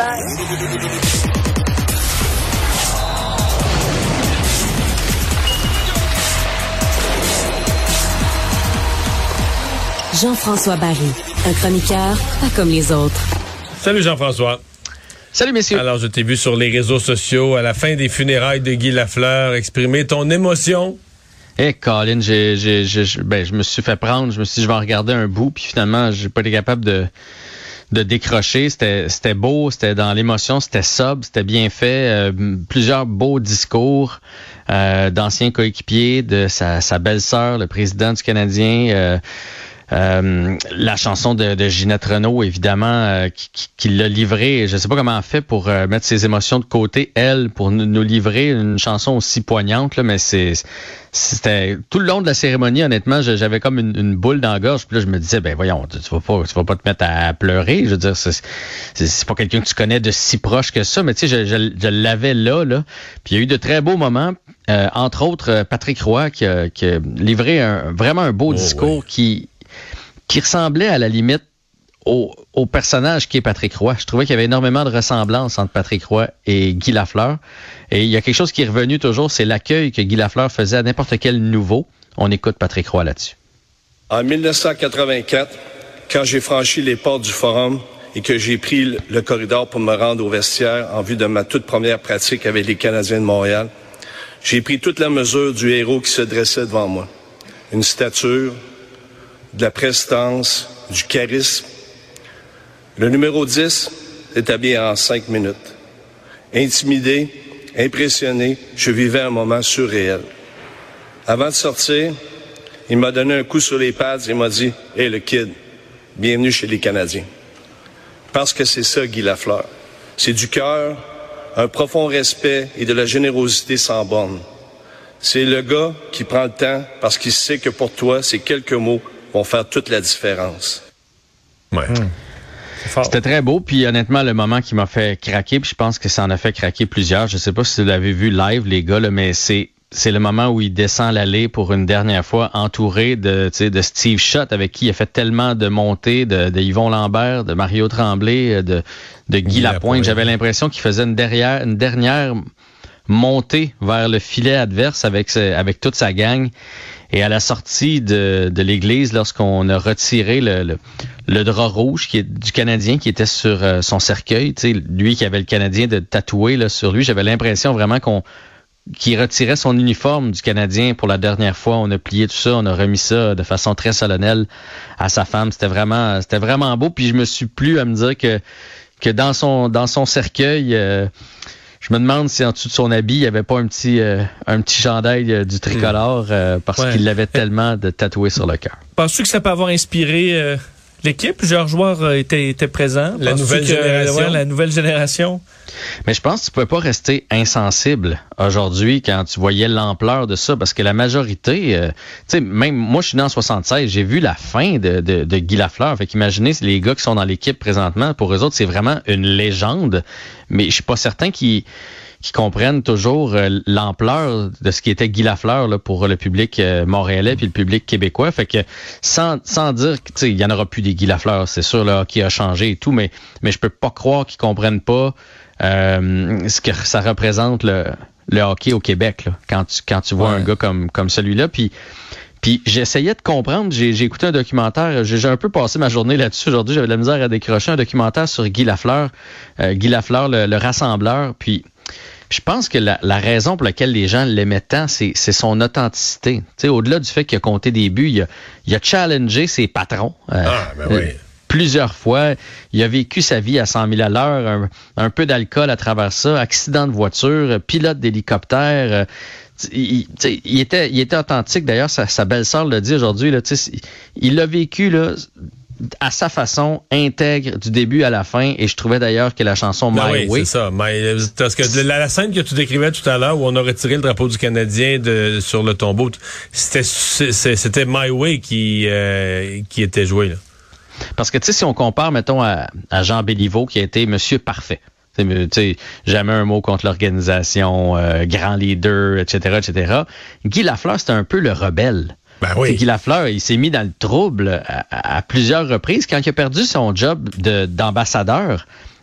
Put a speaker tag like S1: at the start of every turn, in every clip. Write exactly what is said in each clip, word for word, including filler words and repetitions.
S1: Bye.
S2: Jean-François Barry, un chroniqueur pas comme les autres.
S3: Salut Jean-François.
S4: Salut messieurs.
S3: Alors je t'ai vu sur les réseaux sociaux à la fin des funérailles de Guy Lafleur exprimer ton émotion.
S4: Eh hey, Colin, j'ai, j'ai, j'ai, ben, je me suis fait prendre, je me suis dit je vais en regarder un bout, puis finalement j'ai pas été capable de de décrocher. C'était c'était beau, c'était dans l'émotion, c'était sobre, c'était bien fait, euh, plusieurs beaux discours euh, d'anciens coéquipiers, de sa, sa belle-sœur, le président du Canadien. Euh, Euh, la chanson de, de Ginette Renault, évidemment, euh, qui, qui, qui l'a livré. Je ne sais pas comment elle fait pour euh, mettre ses émotions de côté, elle, pour nous, nous livrer une chanson aussi poignante, là, mais c'est c'était tout le long de la cérémonie, honnêtement, j'avais comme une, une boule dans la gorge. Puis là, je me disais, ben voyons, tu vas pas, tu vas pas te mettre à pleurer. Je veux dire, c'est, c'est, c'est pas quelqu'un que tu connais de si proche que ça, mais tu sais, je, je, je l'avais là, là. Puis il y a eu de très beaux moments. Euh, entre autres, Patrick Roy qui a, qui a livré un, vraiment un beau oh, discours ouais. qui qui ressemblait à la limite au, au personnage qui est Patrick Roy. Je trouvais qu'il y avait énormément de ressemblances entre Patrick Roy et Guy Lafleur. Et il y a quelque chose qui est revenu toujours, c'est l'accueil que Guy Lafleur faisait à n'importe quel nouveau. On écoute Patrick Roy là-dessus.
S5: En dix-neuf cent quatre-vingt-quatre, quand j'ai franchi les portes du Forum et que j'ai pris le corridor pour me rendre au vestiaire en vue de ma toute première pratique avec les Canadiens de Montréal, j'ai pris toute la mesure du héros qui se dressait devant moi. Une stature, de la prestance, du charisme. Le numéro dix est habillé en cinq minutes. Intimidé, impressionné, je vivais un moment surréel. Avant de sortir, il m'a donné un coup sur les pads et m'a dit « Hey, le kid, bienvenue chez les Canadiens. » Parce que c'est ça, Guy Lafleur. C'est du cœur, un profond respect et de la générosité sans borne. C'est le gars qui prend le temps parce qu'il sait que pour toi, ces quelques mots vont faire toute la différence.
S3: Ouais. Mmh.
S4: C'était très beau, puis honnêtement, le moment qui m'a fait craquer, puis je pense que ça en a fait craquer plusieurs. Je sais pas si vous l'avez vu live, les gars, là, mais c'est c'est le moment où il descend l'allée pour une dernière fois, entouré de, tu sais, de Steve Shutt, avec qui il a fait tellement de montées, de, de Yvon Lambert, de Mario Tremblay, de, de Guy, Guy Lapointe. Lapointe. J'avais l'impression qu'il faisait une dernière, une dernière montée vers le filet adverse avec, avec toute sa gang. Et à la sortie de, de l'église, lorsqu'on a retiré le, le, le drap rouge qui est du Canadien qui était sur euh, son cercueil, tu sais, lui qui avait le Canadien de tatoué là, sur lui, j'avais l'impression vraiment qu'on qu'il retirait son uniforme du Canadien pour la dernière fois. On a plié tout ça, on a remis ça de façon très solennelle à sa femme. C'était vraiment, c'était vraiment beau. Puis je me suis plu à me dire que que dans son dans son cercueil. Euh, Je me demande si en dessous de son habit, il n'y avait pas un petit euh, un petit chandail euh, du tricolore euh, parce ouais. qu'il l'avait tellement de tatoué sur le cœur.
S6: Penses-tu que ça peut avoir inspiré euh, l'équipe? Plusieurs joueurs euh, étaient, étaient présents.
S3: La nouvelle, que, génération.
S6: Ouais, la nouvelle génération.
S4: Mais je pense que tu ne pouvais pas rester insensible aujourd'hui quand tu voyais l'ampleur de ça, parce que la majorité, euh, tu sais, même moi je suis né en soixante-seize, j'ai vu la fin de, de, de Guy Lafleur. Fait qu'imaginez les gars qui sont dans l'équipe présentement, pour eux autres, c'est vraiment une légende. Mais je suis pas certain qu'ils qui comprennent toujours euh, l'ampleur de ce qui était Guy Lafleur là, pour le public euh, montréalais puis le public québécois. Fait que sans sans dire que tu sais, il y en aura plus des Guy Lafleur, c'est sûr, le hockey a changé et tout, mais mais je peux pas croire qu'ils comprennent pas euh, ce que ça représente le le hockey au Québec là, quand tu quand tu vois ouais. un gars comme comme celui-là. Puis Puis j'essayais de comprendre, j'ai, j'ai écouté un documentaire, j'ai, j'ai un peu passé ma journée là-dessus aujourd'hui, j'avais de la misère à décrocher un documentaire sur Guy Lafleur, euh, Guy Lafleur, le, le rassembleur. Puis je pense que la, la raison pour laquelle les gens l'aimaient tant, c'est, c'est son authenticité. Tu sais, au-delà du fait qu'il a compté des buts, il a, il a challengé ses patrons. Euh,
S3: ah, ben oui.
S4: euh, plusieurs fois. Il a vécu sa vie à cent mille à l'heure, un, un peu d'alcool à travers ça, accident de voiture, pilote d'hélicoptère. Euh, Il, il, était, il était authentique. D'ailleurs, sa, sa belle-sœur l'a dit aujourd'hui. Là, il l'a vécu là, à sa façon, intègre du début à la fin. Et je trouvais d'ailleurs que la chanson
S3: ben
S4: My
S3: oui,
S4: Way...
S3: c'est ça. My, parce que la, la scène que tu décrivais tout à l'heure, où on a retiré le drapeau du Canadien de, sur le tombeau, c'était, c'était My Way qui, euh, qui était joué. Là.
S4: Parce que tu sais, si on compare, mettons, à, à Jean Béliveau, qui a été Monsieur Parfait. Tu sais, jamais un mot contre l'organisation, euh, grand leader, et cetera, et cetera. Guy Lafleur, c'était un peu le rebelle.
S3: Ben oui.
S4: Guy Lafleur, il s'est mis dans le trouble à, à plusieurs reprises. Quand il a perdu son job de, d'ambassadeur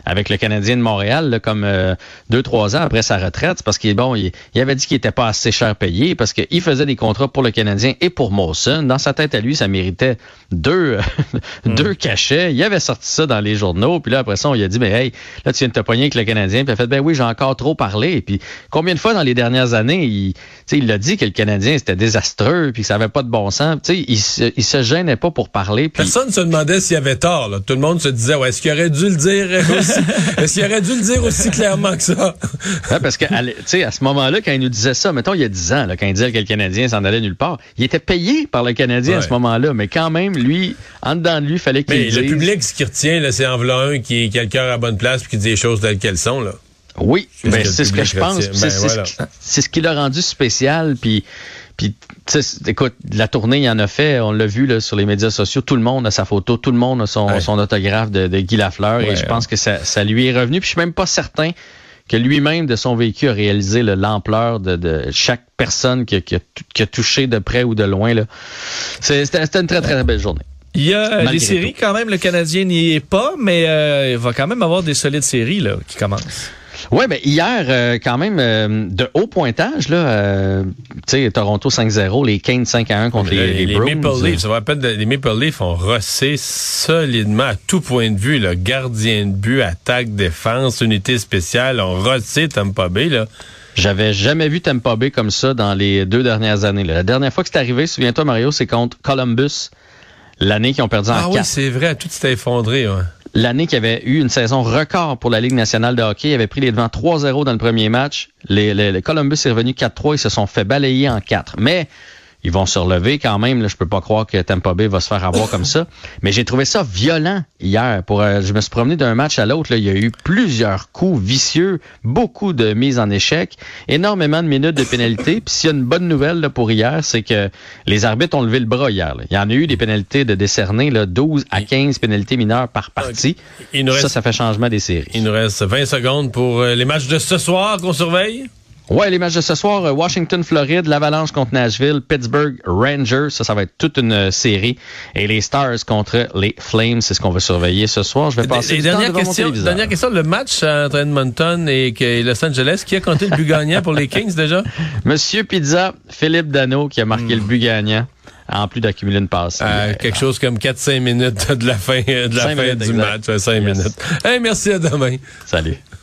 S4: avec le Canadien de Montréal, là, comme euh, deux, trois ans après sa retraite. C'est parce qu'il bon, il, il avait dit qu'il était pas assez cher payé parce qu'il faisait des contrats pour le Canadien et pour Molson. Dans sa tête à lui, ça méritait deux, mm. deux cachets. Il avait sorti ça dans les journaux. Puis là, après ça, on lui a dit, mais hey, là, tu viens de te pogner avec le Canadien. Puis il a fait, ben oui, j'ai encore trop parlé. Puis combien de fois dans les dernières années, il, il l'a dit que le Canadien, c'était désastreux puis que ça avait pas de bon sens. Tu sais, il, se, il se gênait pas pour parler. Puis...
S3: Personne se demandait s'il avait tort. Là. Tout le monde se disait, ouais, est-ce qu'il aurait dû le dire aussi, est-ce qu'il aurait dû le dire aussi clairement que ça?
S4: Ouais, parce que, tu sais, à ce moment-là, quand il nous disait ça, mettons, il y a dix ans, là, quand il disait que le Canadien s'en allait nulle part, il était payé par le Canadien ouais. à ce moment-là, mais quand même, lui, en dedans de lui, il fallait qu'il
S3: mais
S4: dise.
S3: Le public, ce qui retient, là, c'est en v'là un qui, qui a le cœur à la bonne place puis qui dit les choses telles qu'elles sont, là.
S4: Oui, ben, c'est ce que je pense.
S3: Ben,
S4: c'est,
S3: voilà.
S4: c'est, c'est ce qui l'a rendu spécial, puis... Puis, tu sais, écoute, la tournée, il en a fait, on l'a vu là, sur les médias sociaux, tout le monde a sa photo, tout le monde a son, ouais. son autographe de, de Guy Lafleur, ouais, et je pense ouais. que ça, ça lui est revenu. Puis je suis même pas certain que lui-même, de son vécu, a réalisé là, l'ampleur de, de chaque personne qui a, qui, a, qui a touché de près ou de loin. Là. C'est, c'était, c'était une très, très, très belle journée.
S6: Il y a Malgré des séries, tout. Quand même, le Canadien n'y est pas, mais euh, il va quand même avoir des solides séries là, qui commencent.
S4: Oui, ben hier, euh, quand même, euh, de haut pointage, là, euh, tu sais, Toronto cinq zéro, les Canes cinq à un contre les, les, les Bruins.
S3: Les Maple Leafs, je me rappelle, les Maple Leafs ont rossé solidement à tout point de vue, là, gardien de but, attaque, défense, unité spéciale, ont rossé Tampa Bay, là.
S4: J'avais jamais vu Tampa Bay comme ça dans les deux dernières années. Là. La dernière fois que c'est arrivé, souviens-toi, Mario, c'est contre Columbus, l'année qu'ils ont perdu en quatre.
S3: Ah oui, c'est vrai, tout s'était effondré, ouais.
S4: L'année qu'il y avait eu une saison record pour la Ligue nationale de hockey, il avait pris les devants trois zéro dans le premier match. Les, les, les Columbus est revenu quatre trois, ils se sont fait balayer en quatre. Mais ils vont se relever quand même. Là, je peux pas croire que Tampa Bay va se faire avoir comme ça. Mais j'ai trouvé ça violent hier. Pour, euh, je me suis promené d'un match à l'autre. Là, il y a eu plusieurs coups vicieux, beaucoup de mises en échec, énormément de minutes de pénalité. Puis s'il y a une bonne nouvelle là, pour hier, c'est que les arbitres ont levé le bras hier. Là. Il y en a eu des pénalités de décerner, là, douze à quinze pénalités mineures par partie. Il nous reste, ça, ça fait changement des séries.
S3: Il nous reste vingt secondes pour euh, les matchs de ce soir qu'on surveille.
S4: Ouais, les matchs de ce soir, Washington, Floride, l'Avalanche contre Nashville, Pittsburgh, Rangers, ça, ça va être toute une euh, série. Et les Stars contre les Flames, c'est ce qu'on va surveiller ce soir. Je vais passer
S3: du temps devant mon téléviseur. Dernière question, le match entre Edmonton et, et Los Angeles, qui a compté le but gagnant pour les Kings déjà?
S4: Monsieur Pizza, Philippe Danault, qui a marqué mm. le but gagnant, en plus d'accumuler une passe.
S3: Euh, quelque ah. chose comme quatre cinq minutes de la fin, de la fin du exact. match. cinq minutes. Hey, merci, à demain.
S4: Salut.